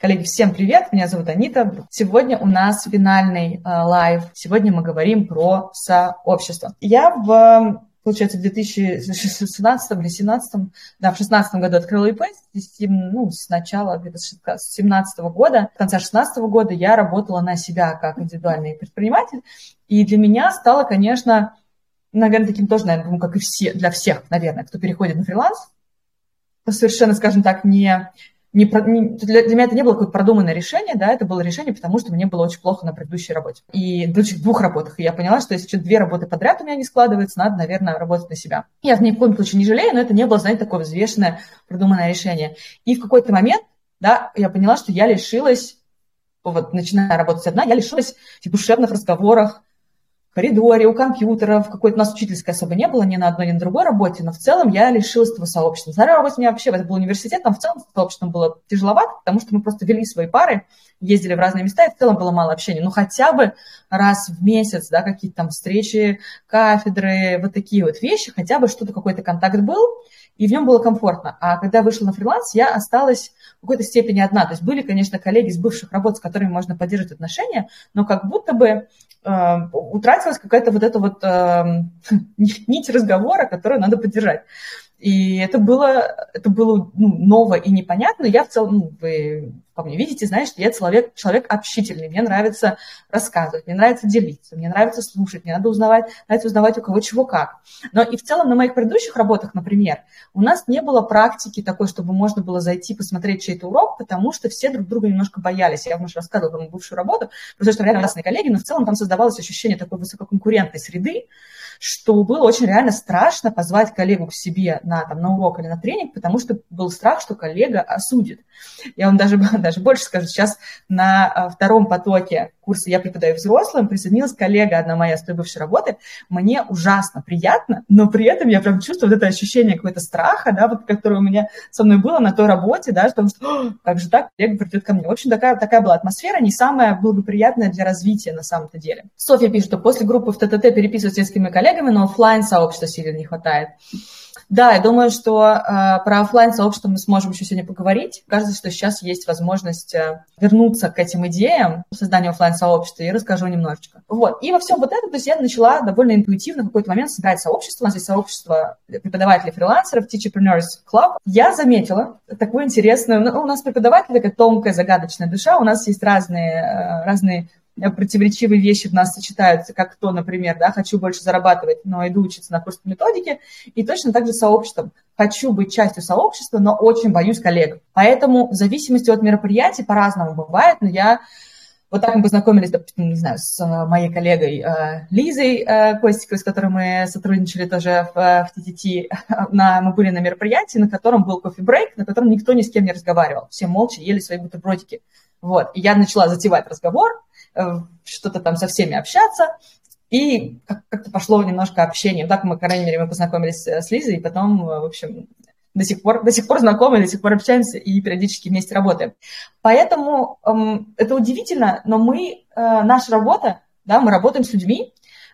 Коллеги, всем привет, меня зовут Анита. Сегодня у нас финальный лайв. Сегодня мы говорим про сообщество. Я получается, в 2016 или 2017, в 2016 году открыла ИП, с начала, где-то с 2017 года, с конца 2016 года я работала на себя как индивидуальный предприниматель, и для меня стало, конечно, наверное, таким тоже, наверное, как и для всех, наверное, кто переходит на фриланс, совершенно, скажем так, для меня это не было какое-то продуманное решение, да, это было решение, потому что мне было очень плохо на предыдущей работе. И в двух работах. И я поняла, что если что-то 2 работы подряд у меня не складывается, надо, наверное, работать на себя. Я ни в коем случае не жалею, но это не было, знаете, такое взвешенное, продуманное решение. И в какой-то момент, да, я поняла, что я лишилась, начиная работать одна, я лишилась в душевных разговорах, в коридоре, у компьютеров, какой-то у нас учительской особо не было ни на одной, ни на другой работе, но в целом я лишилась этого сообщества. На второй работе у меня вообще, это был университет, там в целом с сообществом было тяжеловато, потому что мы просто вели свои пары, ездили в разные места, и в целом было мало общения. Ну, хотя бы раз в месяц, да, какие-то там встречи, кафедры, вот такие вот вещи, хотя бы что-то, какой-то контакт был, и в нем было комфортно. А когда я вышла на фриланс, я осталась в какой-то степени одна. То есть были, конечно, коллеги с бывших работ, с которыми можно поддерживать отношения, но как будто бы утратилась какая-то нить разговора, которую надо поддержать. И это было ново и непонятно. Я в целом, вы по мне видите, знаете, что я человек общительный. Мне нравится рассказывать, мне нравится делиться, мне нравится слушать, мне нравится узнавать у кого чего как. Но и в целом на моих предыдущих работах, например, у нас не было практики такой, чтобы можно было зайти посмотреть чей-то урок, потому что все друг друга немножко боялись. Я вам уже рассказывала про мою бывшую работу, потому что реально классные коллеги, но в целом там создавалось ощущение такой высококонкурентной среды, что было очень реально страшно позвать коллегу к себе на урок или на тренинг, потому что был страх, что коллега осудит. Я вам даже больше скажу, сейчас на втором потоке курса «Я преподаю взрослым» присоединилась коллега одна моя с той бывшей работы. Мне ужасно приятно, но при этом я прям чувствую вот это ощущение какого-то страха, да, вот, которое у меня со мной было на той работе, да, потому что как же так, коллега придет ко мне. В общем, такая была атмосфера, не самая благоприятная для развития на самом-то деле. Софья пишет, что после группы в ТТТ переписываюсь с несколькими коллегами, но офлайн сообщества сильно не хватает. Да, я думаю, что про офлайн-сообщество мы сможем еще сегодня поговорить. Кажется, что сейчас есть возможность вернуться к этим идеям создания офлайн-сообщества и расскажу немножечко. И во всем этом, то есть я начала довольно интуитивно в какой-то момент собирать сообщество. У нас есть сообщество преподавателей-фрилансеров, Teacherpreneurs Club. Я заметила такую интересную, у нас преподаватели такая тонкая, загадочная душа, у нас есть разные противоречивые вещи в нас сочетаются, как то, например, да, хочу больше зарабатывать, но иду учиться на курс по методике, и точно так же с сообществом. Хочу быть частью сообщества, но очень боюсь коллег. Поэтому в зависимости от мероприятий по-разному бывает, но так мы познакомились, допустим, не знаю, с моей коллегой Лизой Костиковой, с которой мы сотрудничали тоже в ТТТ. Мы были на мероприятии, на котором был кофе-брейк, на котором никто ни с кем не разговаривал. Все молча ели свои бутербродики. И я начала затевать разговор, что-то там со всеми общаться, и как-то пошло немножко общение. Так мы, по крайней мере, познакомились с Лизой, и потом, в общем, до сих пор знакомы, до сих пор общаемся и периодически вместе работаем. Поэтому это удивительно, но наша работа, да, мы работаем с людьми,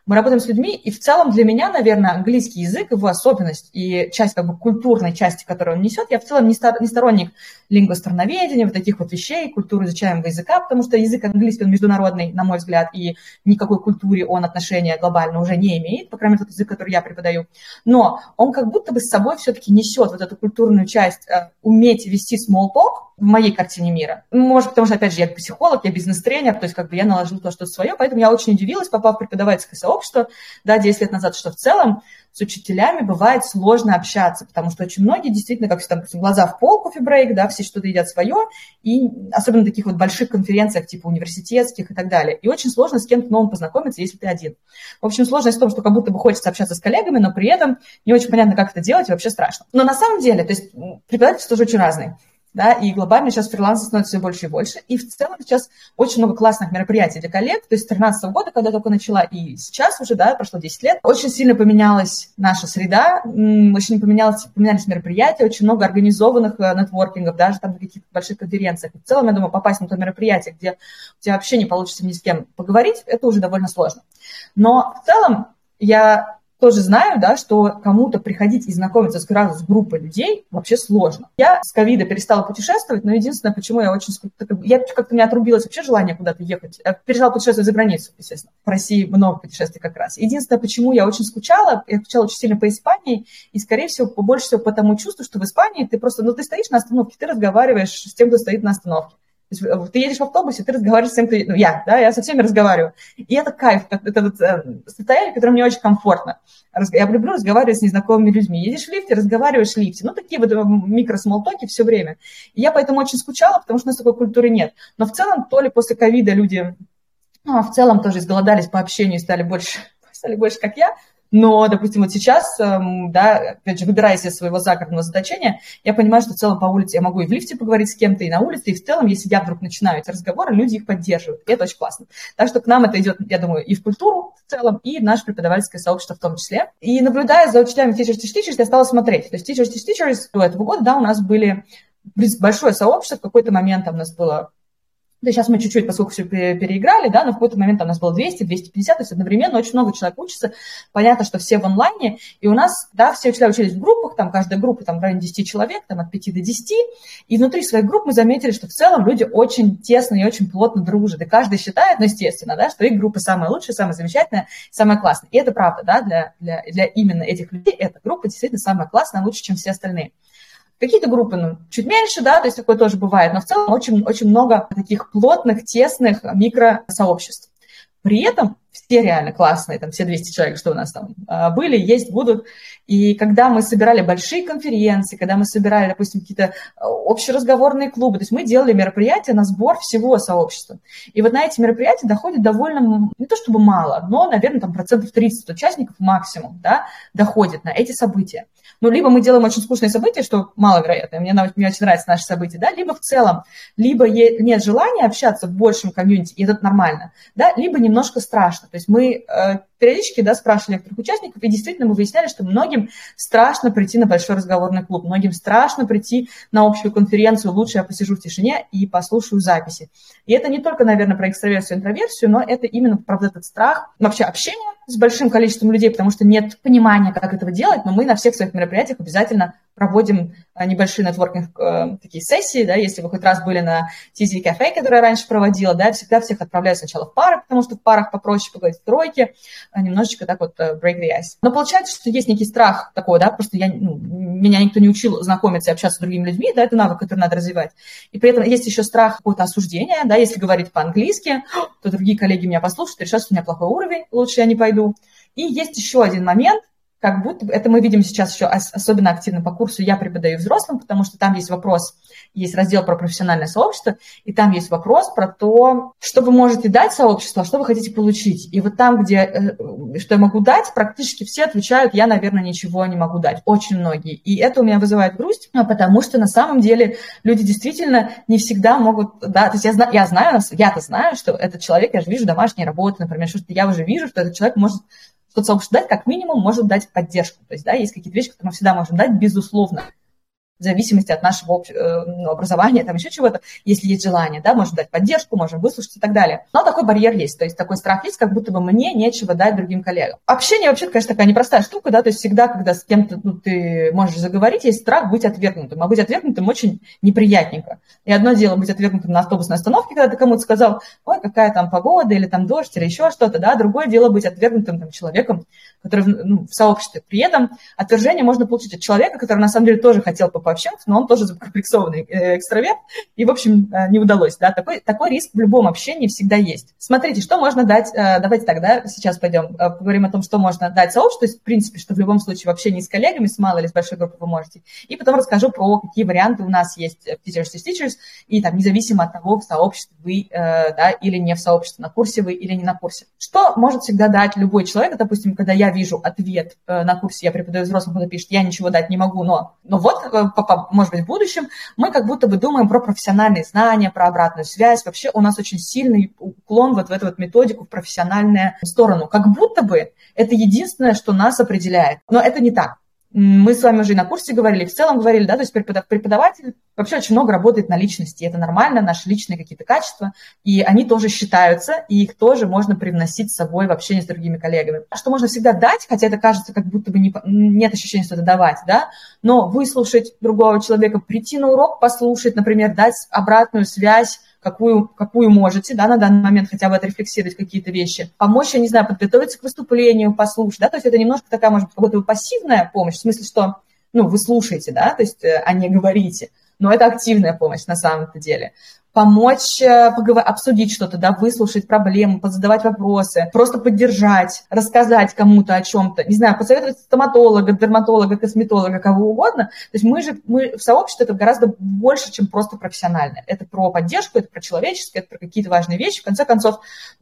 и в целом для меня, наверное, английский язык, его особенность и часть культурной части, которую он несет, я в целом не сторонник лингвостроноведения, таких вещей, культуры изучаемого языка, потому что язык английский, он международный, на мой взгляд, и никакой культуре он отношения глобально уже не имеет, по крайней мере, тот язык, который я преподаю. Но он как будто бы с собой все-таки несет эту культурную часть, уметь вести small talk в моей картине мира. Может, потому что, опять же, я психолог, я бизнес-тренер, то есть я наложила то, что свое, поэтому я очень удивилась, попав в преподавательское сообщество, 10 лет назад, что в целом с учителями бывает сложно общаться, потому что очень многие действительно, как там, глаза в пол, кофе-брейк, да, все что-то едят свое, и особенно на таких больших конференциях, типа университетских и так далее. И очень сложно с кем-то новым познакомиться, если ты один. В общем, сложность в том, что как будто бы хочется общаться с коллегами, но при этом не очень понятно, как это делать, и вообще страшно. Но на самом деле, то есть преподаватели тоже очень разные. Да, и глобально сейчас фрилансов становится все больше и больше. И в целом сейчас очень много классных мероприятий для коллег. То есть с 2013 года, когда я только начала, и сейчас уже, да, прошло 10 лет, очень сильно поменялась наша среда, очень поменялись мероприятия, очень много организованных нетворкингов, даже там на каких-то больших конференциях. И в целом, я думаю, попасть на то мероприятие, где у тебя вообще не получится ни с кем поговорить, это уже довольно сложно. Но в целом я тоже знаю, да, что кому-то приходить и знакомиться сразу с группой людей вообще сложно. Я с ковида перестала путешествовать, но единственное, почему я очень... Я как-то мне отрубилось вообще желание куда-то ехать. Я перестала путешествовать за границу, естественно. В России много путешествий как раз. Единственное, почему я очень скучала, я скучала очень сильно по Испании, и, скорее всего, больше всего по тому чувству, что в Испании ты просто... ты стоишь на остановке, ты разговариваешь с тем, кто стоит на остановке. То есть ты едешь в автобусе, ты разговариваешь с тем, кто... я со всеми разговариваю. И это кайф, это состояние, которое мне очень комфортно. Я люблю разговаривать с незнакомыми людьми. Едешь в лифте, разговариваешь в лифте. Такие вот микросмолтоки все время. И я поэтому очень скучала, потому что у нас такой культуры нет. Но в целом, то ли после ковида люди, в целом тоже изголодались по общению и стали больше как я. Но, допустим, вот сейчас, опять же, выбираясь из своего загородного заточения, я понимаю, что в целом по улице я могу и в лифте поговорить с кем-то, и на улице, и в целом, если я вдруг начинаю эти разговоры, люди их поддерживают, и это очень классно. Так что к нам это идет, я думаю, и в культуру в целом, и в наше преподавательское сообщество в том числе. И наблюдая за учителями Teachers, я стала смотреть. То есть Teachers до этого года, у нас были большое сообщество, в какой-то момент там у нас было... Да, сейчас мы чуть-чуть, поскольку все переиграли, да, но в какой-то момент там у нас было 200, 250, то есть одновременно очень много человек учится. Понятно, что все в онлайне, и у нас, да, все учителя учились в группах, там каждая группа там в районе 10 человек, там от 5 до 10, и внутри своих групп мы заметили, что в целом люди очень тесно и очень плотно дружат, и каждый считает, естественно, да, что их группа самая лучшая, самая замечательная, самая классная. И это правда, да, для именно этих людей эта группа действительно самая классная, лучше, чем все остальные. Какие-то группы, чуть меньше, да, то есть такое тоже бывает, но в целом очень, очень много таких плотных, тесных микросообществ. При этом все реально классные, там все 200 человек, что у нас там были, есть, будут. И когда мы собирали большие конференции, когда мы собирали, допустим, какие-то общеразговорные клубы, то есть мы делали мероприятия на сбор всего сообщества. И вот на эти мероприятия доходит довольно, не то чтобы мало, но, наверное, там 30% участников максимум, да, доходит на эти события. Либо мы делаем очень скучные события, что маловероятно, мне очень нравятся наши события, да, либо в целом, либо нет желания общаться в большем комьюнити, и это нормально, да, либо немножко страшно. То есть мы периодически, да, спрашивали некоторых участников, и действительно мы выясняли, что многим страшно прийти на большой разговорный клуб, многим страшно прийти на общую конференцию, лучше я посижу в тишине и послушаю записи. И это не только, наверное, про экстраверсию и интроверсию, но это именно, правда, этот страх вообще общения с большим количеством людей, потому что нет понимания, как этого делать, но мы на всех своих мероприятиях обязательно проводим небольшие нетворкинг такие сессии, да, если вы хоть раз были на TZ Cafe, которое я раньше проводила, да, всегда всех отправляю сначала в пары, потому что в парах попроще поговорить, в тройке, немножечко так вот break the ice. Но получается, что есть некий страх такой, да, просто меня никто не учил знакомиться и общаться с другими людьми, да, это навык, который надо развивать. И при этом есть еще страх какого-то осуждения, да, если говорить по-английски, то другие коллеги меня послушают и решат, что у меня плохой уровень, лучше я не пойду. И есть еще один момент, как будто это мы видим сейчас еще особенно активно по курсу «Я преподаю взрослым», потому что там есть вопрос, есть раздел про профессиональное сообщество, и там есть вопрос про то, что вы можете дать сообществу, а что вы хотите получить. И вот там, где что я могу дать, практически все отвечают: я, наверное, ничего не могу дать. Очень многие. И это у меня вызывает грусть, потому что на самом деле люди действительно не всегда могут... Да, то есть я-то знаю, что этот человек, я же вижу домашние работы, например, что я уже вижу, что этот человек может что-то сообщество дать, как минимум, может дать поддержку. То есть, да, есть какие-то вещи, которые мы всегда можем дать, безусловно, в зависимости от нашего образования, там еще чего-то, если есть желание, да, можем дать поддержку, можем выслушать и так далее. Но такой барьер есть, то есть такой страх есть, как будто бы мне нечего дать другим коллегам. Общение вообще, конечно, такая непростая штука, да, то есть всегда, когда с кем-то ты можешь заговорить, есть страх быть отвергнутым, а быть отвергнутым очень неприятненько. И одно дело быть отвергнутым на автобусной остановке, когда ты кому-то сказал: ой, какая там погода, или там дождь, или еще что-то, да, другое дело быть отвергнутым там человеком, который в сообществе. При этом отвержение можно получить от человека, который на самом деле тоже хотел пообщаться, но он тоже закомплексованный экстраверт, и, в общем, не удалось. Да? Такой риск в любом общении всегда есть. Смотрите, что можно дать, давайте так, да, сейчас пойдем, поговорим о том, что можно дать сообществу, то есть, в принципе, что в любом случае в общении с коллегами, с малой или с большой группой вы можете, и потом расскажу про какие варианты у нас есть в Teachers, и там, независимо от того, в сообществе вы, да, или не в сообществе, на курсе вы или не на курсе. Что может всегда дать любой человек, допустим, когда я вижу ответ на курсе, я преподаю взрослым, кто пишет: я ничего дать не могу, но вот, может быть, в будущем мы как будто бы думаем про профессиональные знания, про обратную связь. Вообще у нас очень сильный уклон вот в эту вот методику, в профессиональную сторону. Как будто бы это единственное, что нас определяет. Но это не так. Мы с вами уже и на курсе говорили, в целом говорили, да, то есть преподаватель вообще очень много работает на личности, это нормально, наши личные какие-то качества, и они тоже считаются, и их тоже можно привносить с собой в общение с другими коллегами. Что можно всегда дать, хотя это кажется, как будто бы нет ощущения, что это давать, да, но выслушать другого человека, прийти на урок, послушать, например, дать обратную связь, какую можете, да, на данный момент хотя бы отрефлексировать какие-то вещи, помочь, я не знаю, подготовиться к выступлению, послушать, да, то есть это немножко такая, может быть, как будто бы пассивная помощь, в смысле, что, вы слушаете, да, то есть, а не говорите, но это активная помощь на самом-то деле. Помочь обсудить что-то, да, выслушать проблемы, позадавать вопросы, просто поддержать, рассказать кому-то о чем-то, не знаю, посоветовать стоматолога, дерматолога, косметолога, кого угодно. То есть мы в сообществе это гораздо больше, чем просто профессионально. Это про поддержку, это про человеческое, это про какие-то важные вещи. В конце концов,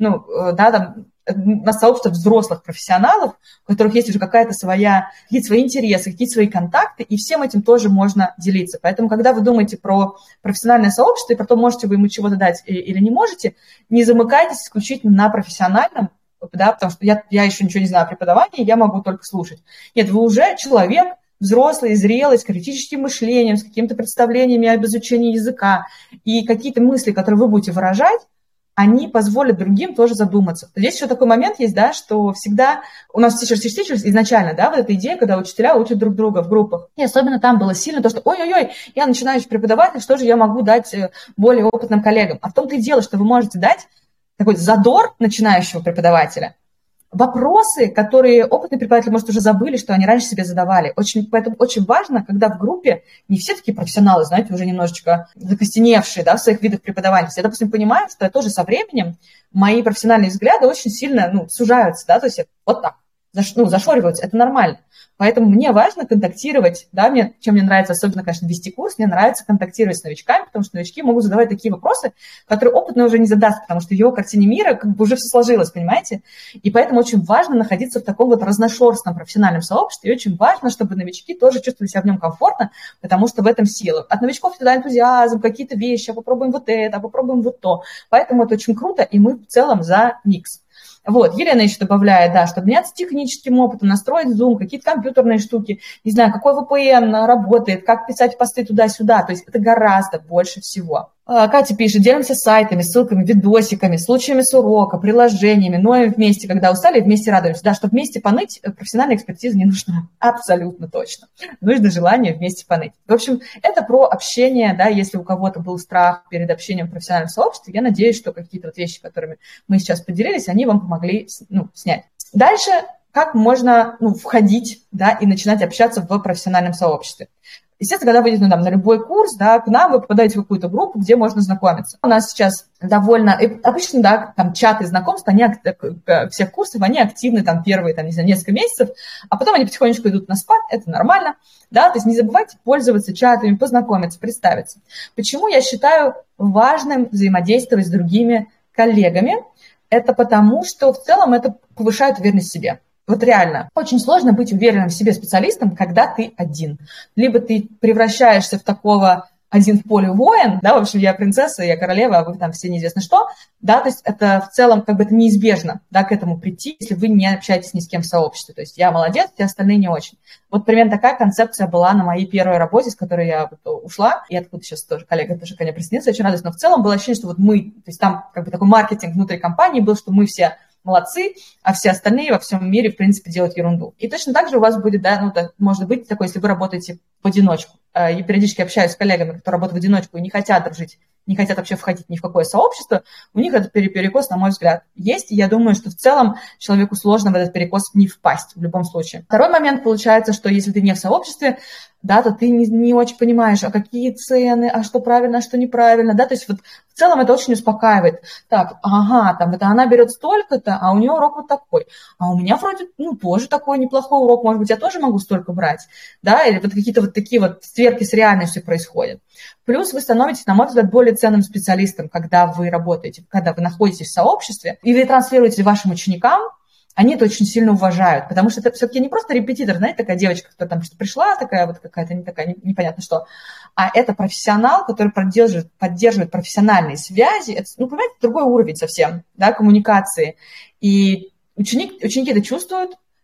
на сообщество взрослых профессионалов, у которых есть уже какие-то свои интересы, какие-то свои контакты, и всем этим тоже можно делиться. Поэтому, когда вы думаете про профессиональное сообщество и про то, можете вы ему чего-то дать или не можете, не замыкайтесь исключительно на профессиональном, да, потому что я еще ничего не знаю о преподавании, я могу только слушать. Нет, вы уже человек, взрослый, зрелый, с критическим мышлением, с какими-то представлениями об изучении языка, и какие-то мысли, которые вы будете выражать, они позволят другим тоже задуматься. Здесь еще такой момент есть, да, что всегда у нас teachers изначально, да, вот эта идея, когда учителя учат друг друга в группах. И особенно там было сильно то, что ой-ой-ой, я начинающий преподаватель, что же я могу дать более опытным коллегам? А в том-то и дело, что вы можете дать такой задор начинающего преподавателя, вопросы, которые опытные преподаватели, может, уже забыли, что они раньше себе задавали. Поэтому очень важно, когда в группе не все такие профессионалы, знаете, уже немножечко закостеневшие, да, в своих видах преподавания. Я, допустим, понимаю, что я тоже со временем мои профессиональные взгляды очень сильно сужаются, да, то есть вот так, зашориваются, это нормально. Поэтому мне важно контактировать, да, чем мне нравится, особенно, конечно, вести курс, мне нравится контактировать с новичками, потому что новички могут задавать такие вопросы, которые опытный уже не задаст, потому что в его картине мира как бы уже все сложилось, понимаете? И поэтому очень важно находиться в таком вот разношерстном профессиональном сообществе, и очень важно, чтобы новички тоже чувствовали себя в нем комфортно, потому что в этом сила. От новичков всегда энтузиазм, какие-то вещи, попробуем вот это, попробуем вот то. Поэтому это очень круто, и мы в целом за микс. Вот, Елена еще добавляет, да, что обменяться техническим опытом, настроить Zoom, какие-то компьютерные штуки, не знаю, какой VPN работает, как писать посты туда-сюда, то есть это гораздо больше всего. Катя пишет, делимся сайтами, ссылками, видосиками, случаями с урока, приложениями, ноем вместе, когда устали, вместе радуемся. Да, чтобы вместе поныть, профессиональная экспертиза не нужна. Абсолютно точно. Нужно желание вместе поныть. В общем, это про общение, да, если у кого-то был страх перед общением в профессиональном сообществе, я надеюсь, что какие-то вот вещи, которыми мы сейчас поделились, они вам помогли, снять. Дальше, как можно, входить, да, и начинать общаться в профессиональном сообществе. Естественно, когда вы идете на любой курс, да, к нам вы попадаете в какую-то группу, где можно знакомиться. У нас сейчас довольно... Обычно, да, там чаты знакомств, они всех курсов, они активны там первые, там, не знаю, несколько месяцев, а потом они потихонечку идут на спад, это нормально, да, то есть не забывайте пользоваться чатами, познакомиться, представиться. Почему я считаю важным взаимодействовать с другими коллегами? Это потому, что в целом это повышает уверенность в себе. Вот реально, очень сложно быть уверенным в себе специалистом, когда ты один. Либо ты превращаешься в такого один в поле воин, да, в общем, я принцесса, я королева, а вы там все неизвестно что, да, то есть это в целом как бы это неизбежно, да, к этому прийти, если вы не общаетесь ни с кем в сообществе, то есть я молодец, все остальные не очень. Вот примерно такая концепция была на моей первой работе, с которой я ушла, и откуда сейчас тоже коллега тоже ко мне присоединился, очень радуюсь, но в целом было ощущение, что вот мы, то есть там как бы такой маркетинг внутри компании был, что мы все молодцы, а все остальные во всем мире, в принципе, делают ерунду. И точно так же у вас будет, да, может быть такое, если вы работаете в одиночку. Я периодически общаюсь с коллегами, которые работают в одиночку и не хотят дружить, не хотят вообще входить ни в какое сообщество, у них этот перекос, на мой взгляд, есть. И я думаю, что в целом человеку сложно в этот перекос не впасть в любом случае. Второй момент получается, что если ты не в сообществе, да, то ты не очень понимаешь, а какие цены, а что правильно, а что неправильно, да, то есть вот в целом это очень успокаивает. Так, ага, там это она берет столько-то, а у нее урок вот такой, а у меня вроде, тоже такой неплохой урок, может быть, я тоже могу столько брать, да, или вот какие-то вот такие вот сверки с реальностью происходят. Плюс вы становитесь, на мой взгляд, более ценным специалистом, когда вы работаете, когда вы находитесь в сообществе, или транслируете вашим ученикам, они это очень сильно уважают, потому что это все-таки не просто репетитор, знаете, такая девочка, которая там что-то пришла, такая вот какая-то не такая, непонятно что, а это профессионал, который поддерживает профессиональные связи, это, понимаете, другой уровень совсем, да, коммуникации, и ученики это чувствуют,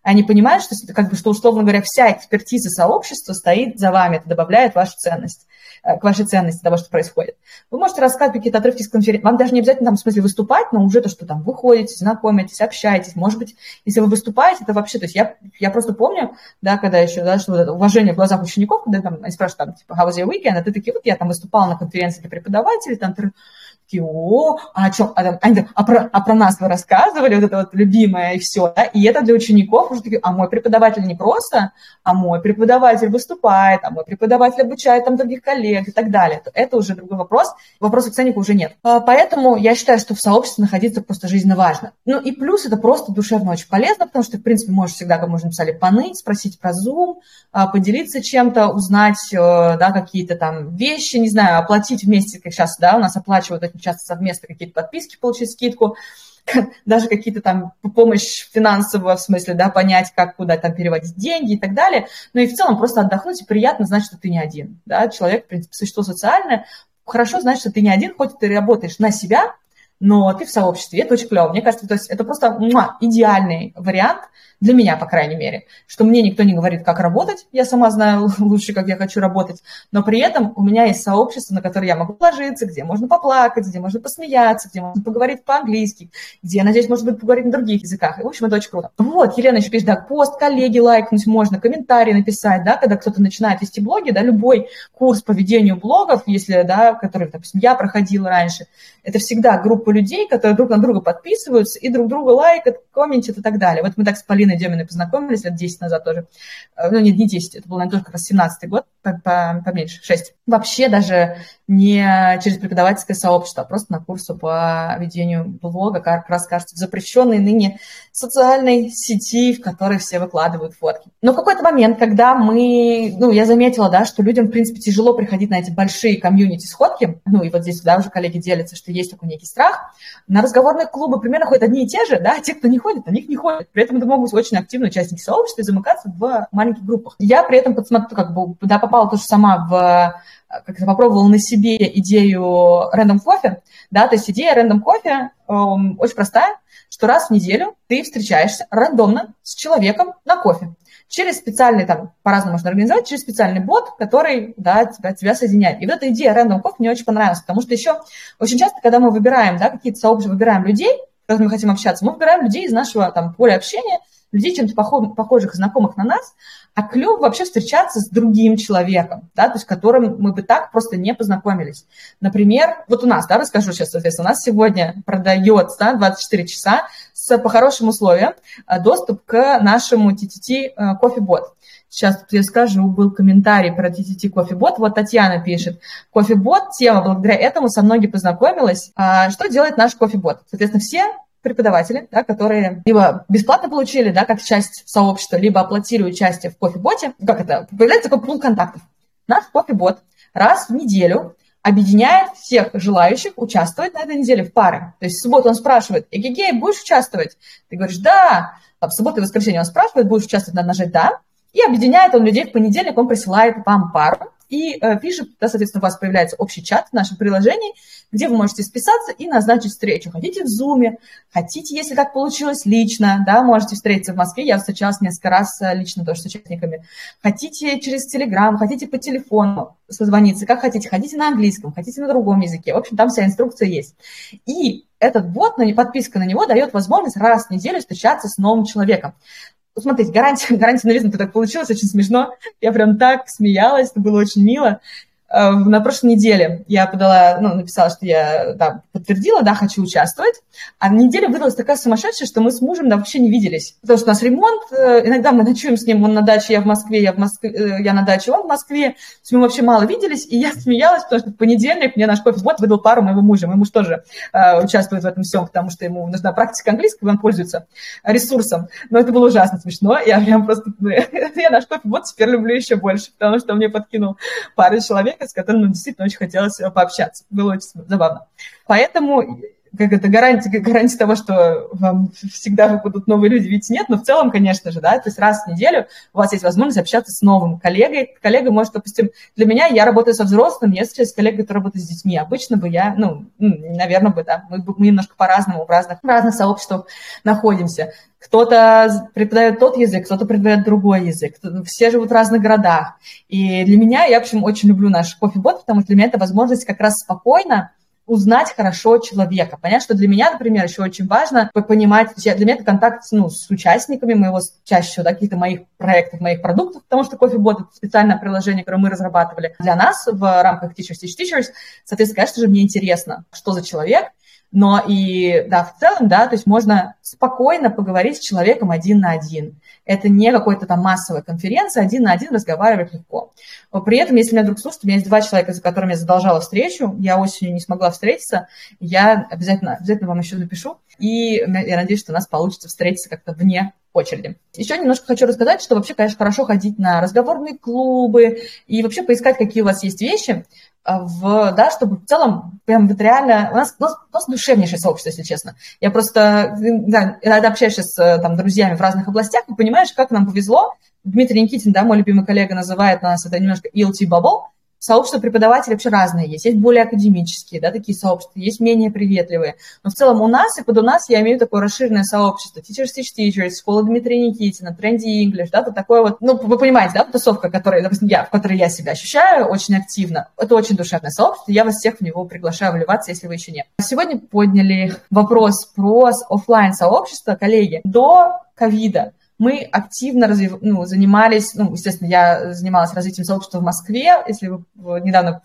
Они понимают, что, как бы, что, условно говоря, вся экспертиза сообщества стоит за вами, это добавляет вашу ценность, к вашей ценности того, что происходит. Вы можете рассказывать какие-то отрывки с конференции, вам даже не обязательно там, в смысле, выступать, но уже то, что там вы ходите, знакомитесь, общаетесь. Может быть, если вы выступаете, это вообще, то есть я просто помню, да, когда еще, да, что вот это уважение в глазах учеников, когда там, они спрашивают, там, типа, how was your weekend, а ты такие, вот я там выступала на конференции для преподавателей, там, такие, а о чем? Про нас вы рассказывали, вот это вот любимое, и все, да? И это для учеников уже такие, а мой преподаватель не просто, а мой преподаватель выступает, а мой преподаватель обучает там других коллег и так далее. Это уже другой вопрос. Вопроса к ценнику уже нет. Поэтому я считаю, что в сообществе находиться просто жизненно важно. Ну и плюс это просто душевно очень полезно, потому что ты, в принципе, можешь всегда, как мы уже написали, поныть, спросить про Zoom, поделиться чем-то, узнать, да, какие-то там вещи, не знаю, оплатить вместе, как сейчас, да, у нас оплачивают очень часто совместно какие-то подписки, получить скидку, даже какие-то там помощь финансовую, в смысле, да, понять, как куда там переводить деньги и так далее. Ну и в целом просто отдохнуть, и приятно знать, что ты не один, да, человек, в принципе, существо социальное, хорошо знать, что ты не один, хоть ты работаешь на себя, но ты в сообществе, и это очень клево. Мне кажется, то есть это просто идеальный вариант для меня, по крайней мере, что мне никто не говорит, как работать, я сама знаю лучше, как я хочу работать, но при этом у меня есть сообщество, на которое я могу ложиться, где можно поплакать, где можно посмеяться, где можно поговорить по-английски, где, я надеюсь, может быть, поговорить на других языках. И, в общем, это очень круто. Вот, Елена еще пишет, да, пост, коллеги лайкнуть можно, комментарии написать, да, когда кто-то начинает вести блоги, да, любой курс по ведению блогов, если, да, который, допустим, я проходила раньше, это всегда группа людей, которые друг на друга подписываются и друг друга лайкают, комментят и так далее. Вот мы так с Полиной Деминой познакомились лет 10 назад тоже. Ну, нет, не 10, это был, наверное, тоже как раз 17-й год, поменьше, 6. Вообще даже не через преподавательское сообщество, а просто на курсы по ведению блога, как раз, кажется, в запрещенной ныне социальной сети, в которой все выкладывают фотки. Но в какой-то момент, когда я заметила, да, что людям, в принципе, тяжело приходить на эти большие комьюнити-сходки, ну, и вот здесь, да, уже коллеги делятся, что есть такой некий страх, на разговорные клубы примерно ходят одни и те же, да, а те, кто не ходит, на них не ходят. При этом это могут быть очень активные участники сообщества и замыкаться в маленьких группах. Я при этом попала тоже сама как-то попробовала на себе идею Random Coffee, да, то есть идея Random Coffee очень простая, что раз в неделю ты встречаешься рандомно с человеком на кофе. Через специальный, там, по-разному можно организовать, через специальный бот, который, да, тебя соединяет. И вот эта идея Random Coffee мне очень понравилась, потому что еще очень часто, когда мы выбираем, да, какие-то сообщества, выбираем людей, с которыми мы хотим общаться, мы выбираем людей из нашего там поля общения, людей чем-то похожих и знакомых на нас, а клево вообще встречаться с другим человеком, да, то есть с которым мы бы так просто не познакомились. Например, вот у нас, да, расскажу сейчас, соответственно, у нас сегодня продается, да, 24 часа по хорошим условиям доступ к нашему TTT кофе-бот. Сейчас тут я скажу, был комментарий про TTT кофе-бот. Вот Татьяна пишет. Кофе-бот, тема, благодаря этому со многими познакомилась. Что делает наш кофе-бот? Соответственно, все преподаватели, да, которые либо бесплатно получили, да, как часть сообщества, либо оплатили участие в кофе-боте. Как это? Появляется такой пул контактов. Наш кофе-бот раз в неделю объединяет всех желающих участвовать на этой неделе в пары. То есть в субботу он спрашивает, Эгегей, будешь участвовать? Ты говоришь, да. А в субботу и воскресенье он спрашивает, будешь участвовать, надо нажать «да». И объединяет он людей в понедельник, он присылает вам пару и пишет, да, соответственно, у вас появляется общий чат в нашем приложении, где вы можете списаться и назначить встречу. Хотите в Zoom, хотите, если так получилось, лично, да, можете встретиться в Москве. Я встречалась несколько раз лично тоже с участниками. Хотите через Telegram, хотите по телефону созвониться, как хотите. Хотите на английском, хотите на другом языке. В общем, там вся инструкция есть. И этот бот, подписка на него дает возможность раз в неделю встречаться с новым человеком. Смотрите, гарантия новизны, это так получилось, очень смешно. Я прям так смеялась, это было очень мило. На прошлой неделе я написала, что я подтвердила, хочу участвовать. А на неделе выдалась такая сумасшедшая, что мы с мужем вообще не виделись. Потому что у нас ремонт, иногда мы ночуем с ним, он на даче, я в Москве, я на даче, он в Москве. То есть мы вообще мало виделись, и я смеялась, потому что в понедельник мне наш кофе-бот выдал пару моего мужа. Мой муж тоже участвует в этом всем, потому что ему нужна практика английского, и он пользуется ресурсом. Но это было ужасно смешно. Я наш кофе-бот теперь люблю еще больше, потому что он мне подкинул пару человек, с которым действительно очень хотелось пообщаться. Было очень забавно. Поэтому как это, гарантии того, что вам всегда будут новые люди, видите, нет, но в целом, конечно же, да, то есть раз в неделю у вас есть возможность общаться с новым коллегой. Коллега может, допустим, для меня, я работаю со взрослым, я встречаюсь с коллегой, который работает с детьми. Обычно бы я, наверное, мы немножко по-разному в разных сообществах находимся. Кто-то преподает тот язык, кто-то преподает другой язык. Все живут в разных городах. И для меня, я, в общем, очень люблю наш кофе-бот, потому что для меня это возможность как раз спокойно узнать хорошо человека. Понять, что для меня, например, еще очень важно понимать, для меня это контакт с участниками моего, чаще всего, да, каких-то моих проектов, моих продуктов, потому что кофе-бот — это специальное приложение, которое мы разрабатывали для нас в рамках Teachers Teach Teachers. Соответственно, конечно же, мне интересно, что за человек. Но и, да, в целом, да, то есть можно спокойно поговорить с человеком один на один. Это не какой-то там массовая конференция, один на один разговаривать легко. Но при этом, если меня вдруг слушают, у меня есть 2 человека, за которыми я задолжала встречу, я осенью не смогла встретиться, я обязательно вам еще напишу, и я надеюсь, что у нас получится встретиться как-то вне очереди. Еще немножко хочу рассказать, что вообще, конечно, хорошо ходить на разговорные клубы и вообще поискать, какие у вас есть вещи, чтобы в целом прям вот реально... У нас душевнейшее сообщество, если честно. Я просто, да, иногда общаешься с друзьями в разных областях, и понимаешь, как нам повезло. Дмитрий Никитин, да, мой любимый коллега, называет нас это немножко ELT bubble. Сообщества преподавателей вообще разные есть. Есть более академические, да, такие сообщества, есть менее приветливые. Но в целом у нас и под у нас я имею такое расширенное сообщество. Teachers Teach Teachers, школа Дмитрия Никитина, Trendy English, да, вот такое вот, вы понимаете, да, тусовка, допустим, в которой я себя ощущаю очень активно. Это очень душевное сообщество, я вас всех в него приглашаю вливаться, если вы еще нет. Сегодня подняли вопрос про офлайн сообщество, коллеги. До ковида мы активно занимались, естественно, я занималась развитием сообщества в Москве, если вы недавно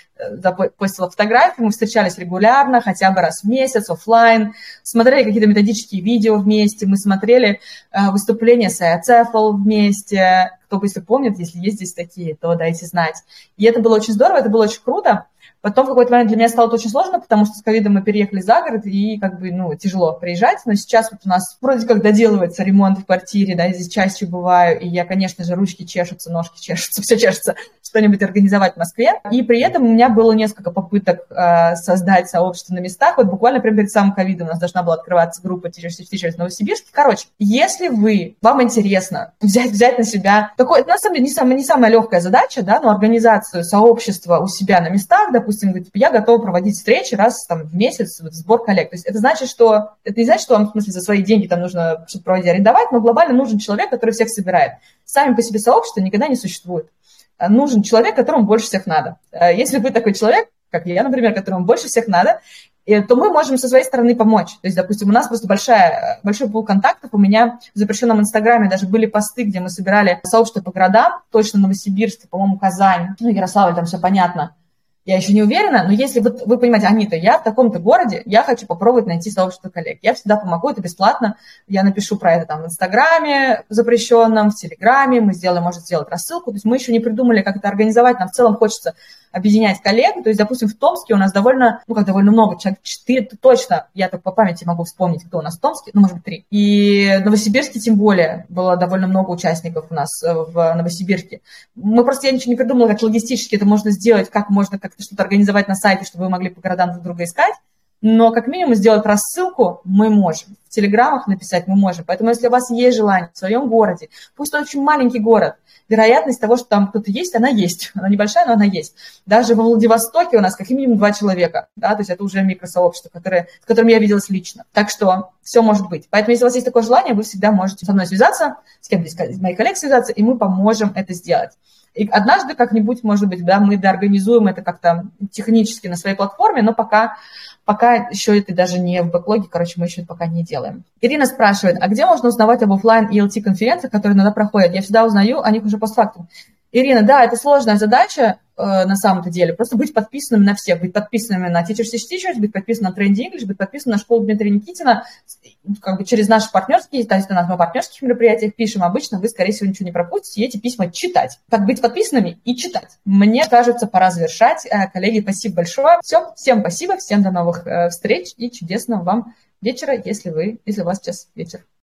постила фотографии, мы встречались регулярно, хотя бы раз в месяц, офлайн, смотрели какие-то методические видео вместе, мы смотрели выступления с IACEFL вместе, кто, если помнит, если есть здесь такие, то дайте знать. И это было очень здорово, это было очень круто. Потом в какой-то момент для меня стало очень сложно, потому что с ковидом мы переехали за город, и тяжело приезжать. Но сейчас вот у нас вроде как доделывается ремонт в квартире, да, я здесь чаще бываю, и я, конечно же, ручки чешутся, ножки чешутся, все чешется, что-нибудь организовать в Москве. И при этом у меня было несколько попыток создать сообщество на местах. Вот буквально прямо перед самым ковидом у нас должна была открываться группа Teachers Teach Teachers в Новосибирске. Короче, если вам интересно взять на себя такое, это на самом деле не самая легкая задача, да, но организацию сообщества у себя на местах, допустим, я готова проводить встречи раз в месяц, сбор коллег. То есть это не значит, что вам, в смысле, за свои деньги там нужно что-то проводить, арендовать, но глобально нужен человек, который всех собирает. Сами по себе сообщества никогда не существует. Нужен человек, которому больше всех надо. Если вы такой человек, как я, например, которому больше всех надо, то мы можем со своей стороны помочь. То есть, допустим, у нас просто большой пул контактов. У меня в запрещенном Инстаграме даже были посты, где мы собирали сообщество по городам, точно Новосибирск, по-моему, Казань, Ярославль, там все понятно. Я еще не уверена, но если вы понимаете, Анита, я в таком-то городе, я хочу попробовать найти сообщество коллег. Я всегда помогу, это бесплатно. Я напишу про это в Инстаграме запрещенном, в Телеграме, может сделать рассылку. То есть мы еще не придумали, как это организовать. Нам в целом хочется объединять коллег. То есть, допустим, в Томске у нас довольно много, человек 4 точно, я так по памяти могу вспомнить, кто у нас в Томске, может быть, 3. И в Новосибирске тем более было довольно много участников у нас в Новосибирске. Я ничего не придумала, как логистически это можно сделать, как можно как-то что-то организовать на сайте, чтобы вы могли по городам друг друга искать. Но как минимум сделать рассылку мы можем. В телеграммах написать мы можем. Поэтому если у вас есть желание в своем городе, пусть это очень маленький город, вероятность того, что там кто-то есть, она есть. Она небольшая, но она есть. Даже в Владивостоке у нас как минимум 2 человека. Да? То есть это уже микросообщество, с которым я виделась лично. Так что все может быть. Поэтому если у вас есть такое желание, вы всегда можете со мной связаться, с кем-то из моих коллег связаться, и мы поможем это сделать. И однажды как-нибудь, может быть, да, мы доорганизуем это как-то технически на своей платформе, но пока еще это даже не в бэклоге, мы еще это пока не делаем. Ирина спрашивает, а где можно узнавать об офлайн ELT-конференциях, которые иногда проходят? Я всегда узнаю о них уже постфактум. Ирина, да, это сложная задача на самом-то деле, просто быть подписанными на всех, быть подписанными на Teachers Teach Teachers, быть подписанным на Trendy English, быть подписанным на школу Дмитрия Никитина, через наши партнерские, то есть на партнерских мероприятиях пишем, обычно вы, скорее всего, ничего не пропустите, и эти письма читать. Как быть подписанными и читать. Мне кажется, пора завершать. Коллеги, спасибо большое. Все, всем спасибо, всем до новых встреч и чудесного вам вечера, если у вас сейчас вечер.